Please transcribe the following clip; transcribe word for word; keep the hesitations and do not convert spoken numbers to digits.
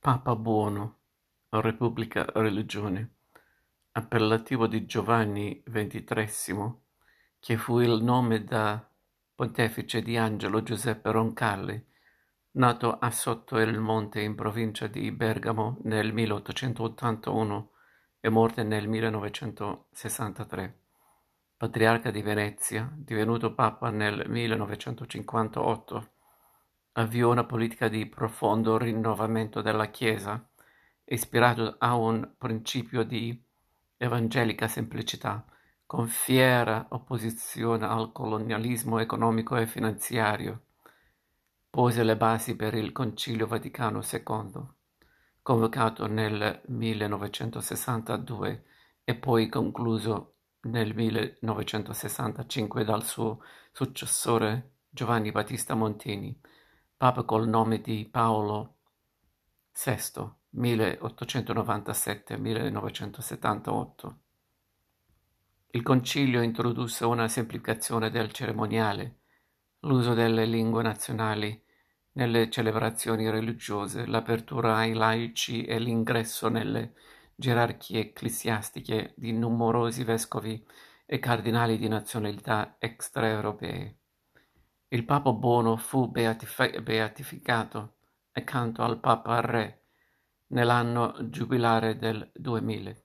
Papa Buono, Repubblica Religione, appellativo di Giovanni ventitreesimo, che fu il nome da pontefice di Angelo Giuseppe Roncalli, nato a Sotto il Monte in provincia di Bergamo nel milleottocentottantuno e morto nel millenovecentosessantatré. Patriarca di Venezia, divenuto Papa nel millenovecentocinquantotto, avviò una politica di profondo rinnovamento della Chiesa, ispirato a un principio di evangelica semplicità, con fiera opposizione al colonialismo economico e finanziario. Pose le basi per il Concilio Vaticano secondo, convocato nel millenovecentosessantadue e poi concluso nel millenovecentosessantacinque dal suo successore Giovanni Battista Montini, Papa col nome di Paolo sesto, milleottocentonovantasette-millenovecentosettantotto. Il concilio introdusse una semplificazione del cerimoniale, l'uso delle lingue nazionali nelle celebrazioni religiose, l'apertura ai laici e l'ingresso nelle gerarchie ecclesiastiche di numerosi vescovi e cardinali di nazionalità extraeuropee. Il Papa Buono fu beatif- beatificato accanto al Papa Re nell'anno giubilare del duemila.